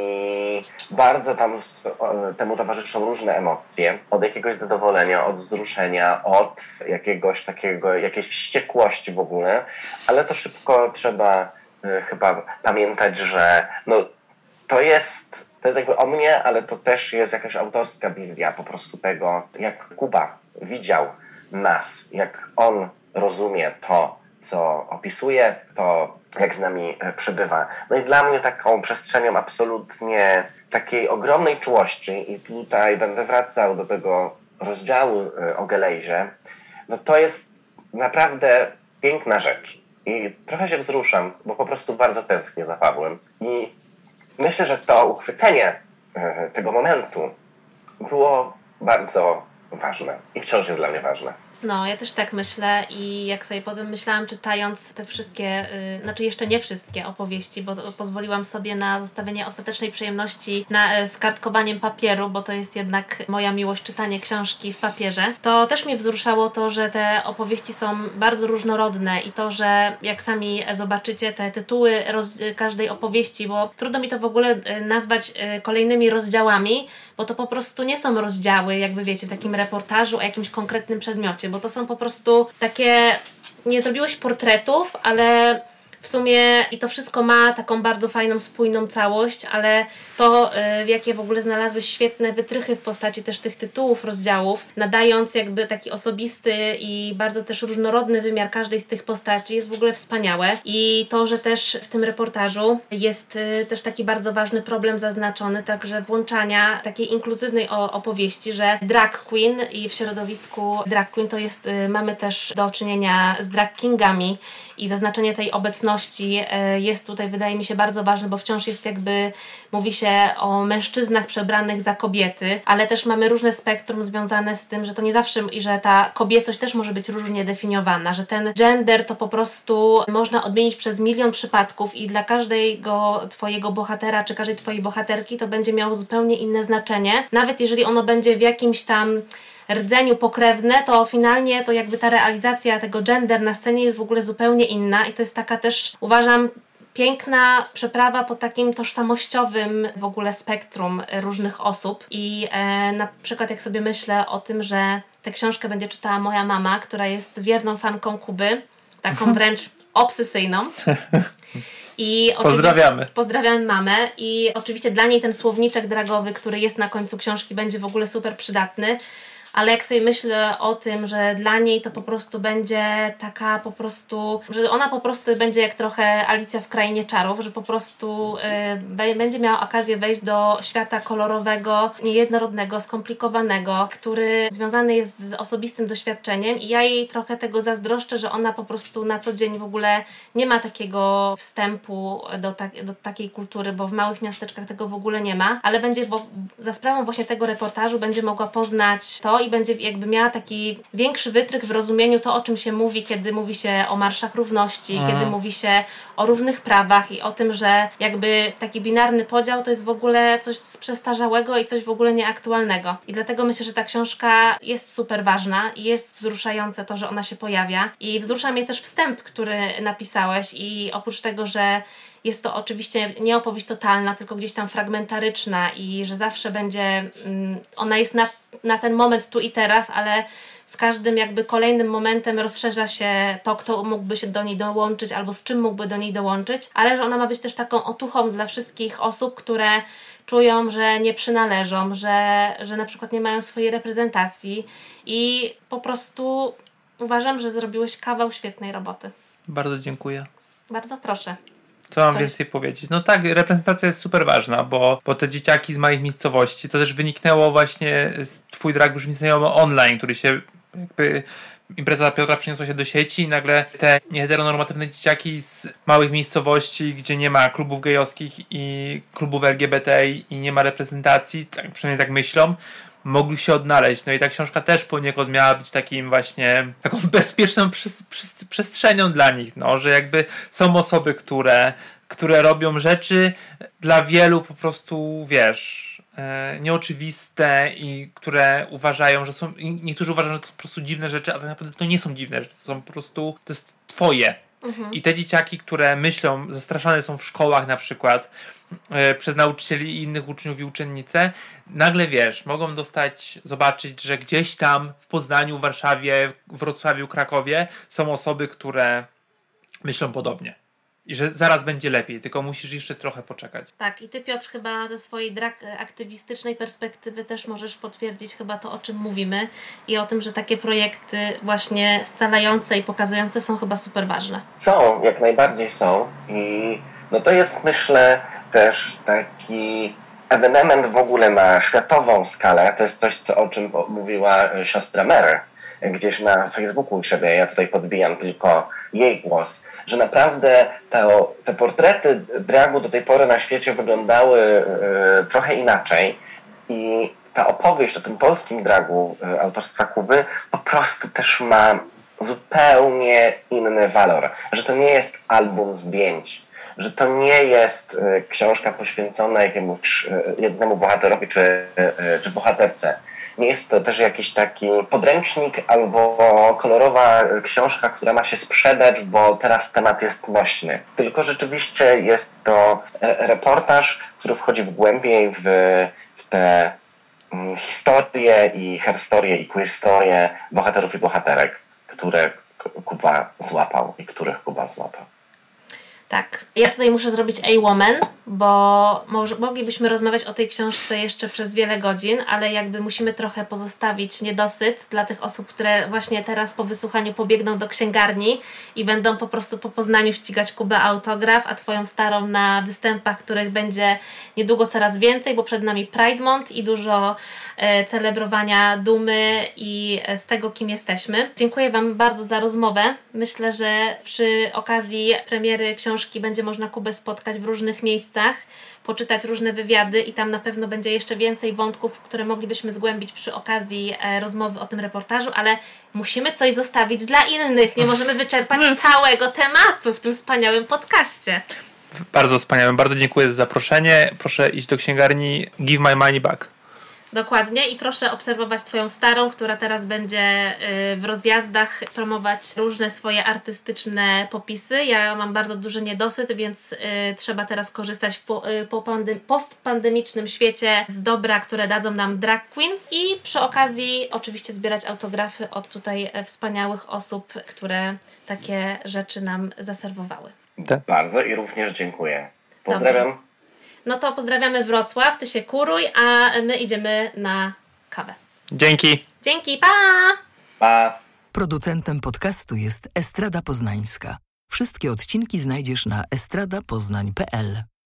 I bardzo tam temu towarzyszą różne emocje. Od jakiegoś zadowolenia, od wzruszenia, od jakiegoś takiego, jakiejś wściekłości w ogóle. Ale to szybko trzeba y, chyba pamiętać, że no, to jest, to jest jakby o mnie, ale to też jest jakaś autorska wizja po prostu tego, jak Kuba widział nas, jak on rozumie to, co opisuje, to jak z nami przebywa. No i dla mnie taką przestrzenią absolutnie takiej ogromnej czułości, i tutaj będę wracał do tego rozdziału o Gelejzie, no to jest naprawdę piękna rzecz. I trochę się wzruszam, bo po prostu bardzo tęsknię za Pawłem. I myślę, że to uchwycenie tego momentu było bardzo ważne i wciąż jest dla mnie ważne. No, ja też tak myślę i jak sobie potem myślałam, czytając te wszystkie, yy, znaczy jeszcze nie wszystkie opowieści, bo pozwoliłam sobie na zostawienie ostatecznej przyjemności na, yy, z kartkowaniem papieru, bo to jest jednak moja miłość, czytanie książki w papierze, to też mnie wzruszało to, że te opowieści są bardzo różnorodne i to, że jak sami zobaczycie te tytuły roz, każdej opowieści, bo trudno mi to w ogóle yy, nazwać yy, kolejnymi rozdziałami, bo to po prostu nie są rozdziały, jakby wiecie, w takim reportażu o jakimś konkretnym przedmiocie, bo to są po prostu takie, nie zrobiłeś portretów, ale w sumie i to wszystko ma taką bardzo fajną, spójną całość, ale to, w jakie w ogóle znalazłeś świetne wytrychy w postaci też tych tytułów rozdziałów, nadając jakby taki osobisty i bardzo też różnorodny wymiar każdej z tych postaci, jest w ogóle wspaniałe. I to, że też w tym reportażu jest też taki bardzo ważny problem zaznaczony, także włączania takiej inkluzywnej opowieści, że drag queen i w środowisku drag queen to jest, mamy też do czynienia z drag kingami i zaznaczenie tej obecności jest tutaj, wydaje mi się, bardzo ważne, bo wciąż jest jakby, mówi się o mężczyznach przebranych za kobiety, ale też mamy różne spektrum związane z tym, że to nie zawsze i że ta kobiecość też może być różnie definiowana, że ten gender to po prostu można odmienić przez milion przypadków i dla każdego twojego bohatera czy każdej twojej bohaterki to będzie miało zupełnie inne znaczenie, nawet jeżeli ono będzie w jakimś tam rdzeniu pokrewne, to finalnie to jakby ta realizacja tego gender na scenie jest w ogóle zupełnie inna i to jest taka też, uważam, piękna przeprawa po takim tożsamościowym w ogóle spektrum różnych osób i e, na przykład jak sobie myślę o tym, że tę książkę będzie czytała moja mama, która jest wierną fanką Kuby, taką wręcz obsesyjną. I pozdrawiamy. Pozdrawiamy mamę i oczywiście dla niej ten słowniczek dragowy, który jest na końcu książki, będzie w ogóle super przydatny. Ale jak sobie myślę o tym, że dla niej to po prostu będzie taka po prostu, że ona po prostu będzie jak trochę Alicja w Krainie Czarów, że po prostu y, będzie miała okazję wejść do świata kolorowego, niejednorodnego, skomplikowanego, który związany jest z osobistym doświadczeniem i ja jej trochę tego zazdroszczę, że ona po prostu na co dzień w ogóle nie ma takiego wstępu do, ta, do takiej kultury, bo w małych miasteczkach tego w ogóle nie ma, ale będzie, bo za sprawą właśnie tego reportażu będzie mogła poznać to i będzie jakby miała taki większy wytrych w rozumieniu to, o czym się mówi, kiedy mówi się o marszach równości, mm. kiedy mówi się o równych prawach i o tym, że jakby taki binarny podział to jest w ogóle coś przestarzałego i coś w ogóle nieaktualnego. I dlatego myślę, że ta książka jest super ważna i jest wzruszające to, że ona się pojawia. I wzrusza mnie też wstęp, który napisałeś i oprócz tego, że jest to oczywiście nie opowieść totalna, tylko gdzieś tam fragmentaryczna i że zawsze będzie, ona jest na, na ten moment tu i teraz, ale z każdym jakby kolejnym momentem rozszerza się to, kto mógłby się do niej dołączyć albo z czym mógłby do niej dołączyć, ale że ona ma być też taką otuchą dla wszystkich osób, które czują, że nie przynależą, że, że na przykład nie mają swojej reprezentacji i po prostu uważam, że zrobiłeś kawał świetnej roboty. Bardzo dziękuję. Bardzo proszę. Co mam Ktoś... więcej powiedzieć? No tak, reprezentacja jest super ważna, bo, bo te dzieciaki z małych miejscowości, to też wyniknęło właśnie z twój drag brzmi znajomo online, który się jakby... Impreza Piotra przeniosła się do sieci i nagle te nieheteronormatywne dzieciaki z małych miejscowości, gdzie nie ma klubów gejowskich i klubów L G B T i nie ma reprezentacji, tak, przynajmniej tak myślą, mogli się odnaleźć. No i ta książka też poniekąd miała być takim właśnie, taką bezpieczną przes- przes- przestrzenią dla nich, no, że jakby są osoby, które, które robią rzeczy dla wielu po prostu, wiesz, e, nieoczywiste i które uważają, że są, niektórzy uważają, że to są po prostu dziwne rzeczy, a tak naprawdę to nie są dziwne rzeczy, to są po prostu, to jest twoje. Mhm. I te dzieciaki, które myślą, zastraszane są w szkołach na przykład e, przez nauczycieli i innych uczniów i uczennice, nagle wiesz, mogą dostać, zobaczyć, że gdzieś tam w Poznaniu, Warszawie, Wrocławiu, Krakowie są osoby, które myślą podobnie. I że zaraz będzie lepiej, tylko musisz jeszcze trochę poczekać. Tak, i ty, Piotr, chyba ze swojej drag aktywistycznej perspektywy też możesz potwierdzić chyba to, o czym mówimy i o tym, że takie projekty właśnie scalające i pokazujące są chyba super ważne. Są, jak najbardziej są i no to jest, myślę, też taki ewenement w ogóle na światową skalę. To jest coś, co, o czym mówiła siostra Mary gdzieś na Facebooku u siebie. Ja tutaj podbijam tylko jej głos, że naprawdę to, te portrety dragu do tej pory na świecie wyglądały y, trochę inaczej i ta opowieść o tym polskim dragu y, autorstwa Kuby po prostu też ma zupełnie inny walor. Że to nie jest album zdjęć, że to nie jest y, książka poświęcona jakiemuś y, jednemu bohaterowi czy, y, y, czy bohaterce. Nie jest to też jakiś taki podręcznik albo kolorowa książka, która ma się sprzedać, bo teraz temat jest nośny. Tylko rzeczywiście jest to reportaż, który wchodzi w głębiej w, w te um, historie i herstorie i queerstorie bohaterów i bohaterek, które Kuba złapał i których Kuba złapał. Tak. Ja tutaj muszę zrobić A-Woman, bo może, moglibyśmy rozmawiać o tej książce jeszcze przez wiele godzin, ale jakby musimy trochę pozostawić niedosyt dla tych osób, które właśnie teraz po wysłuchaniu pobiegną do księgarni i będą po prostu po Poznaniu ścigać Kubę autograf, a twoją starą na występach, których będzie niedługo coraz więcej, bo przed nami Pride Month i dużo e, celebrowania dumy i e, z tego, kim jesteśmy. Dziękuję wam bardzo za rozmowę. Myślę, że przy okazji premiery książki będzie można Kubę spotkać w różnych miejscach, poczytać różne wywiady i tam na pewno będzie jeszcze więcej wątków, które moglibyśmy zgłębić przy okazji e, rozmowy o tym reportażu, ale musimy coś zostawić dla innych. Nie możemy wyczerpać całego tematu w tym wspaniałym podcaście. Bardzo wspaniałym. Bardzo dziękuję za zaproszenie. Proszę iść do księgarni Give My Money Back. Dokładnie i proszę obserwować twoją starą, która teraz będzie w rozjazdach promować różne swoje artystyczne popisy. Ja mam bardzo duży niedosyt, więc y, trzeba teraz korzystać w po, y, po pandem- postpandemicznym świecie z dobra, które dadzą nam drag queen i przy okazji oczywiście zbierać autografy od tutaj wspaniałych osób, które takie rzeczy nam zaserwowały. Tak. Bardzo i również dziękuję. Pozdrawiam. Dobrze. No to pozdrawiamy Wrocław, ty się kuruj, a my idziemy na kawę. Dzięki. Dzięki, pa! Pa! Producentem podcastu jest Estrada Poznańska. Wszystkie odcinki znajdziesz na estrada poznań kropka p l.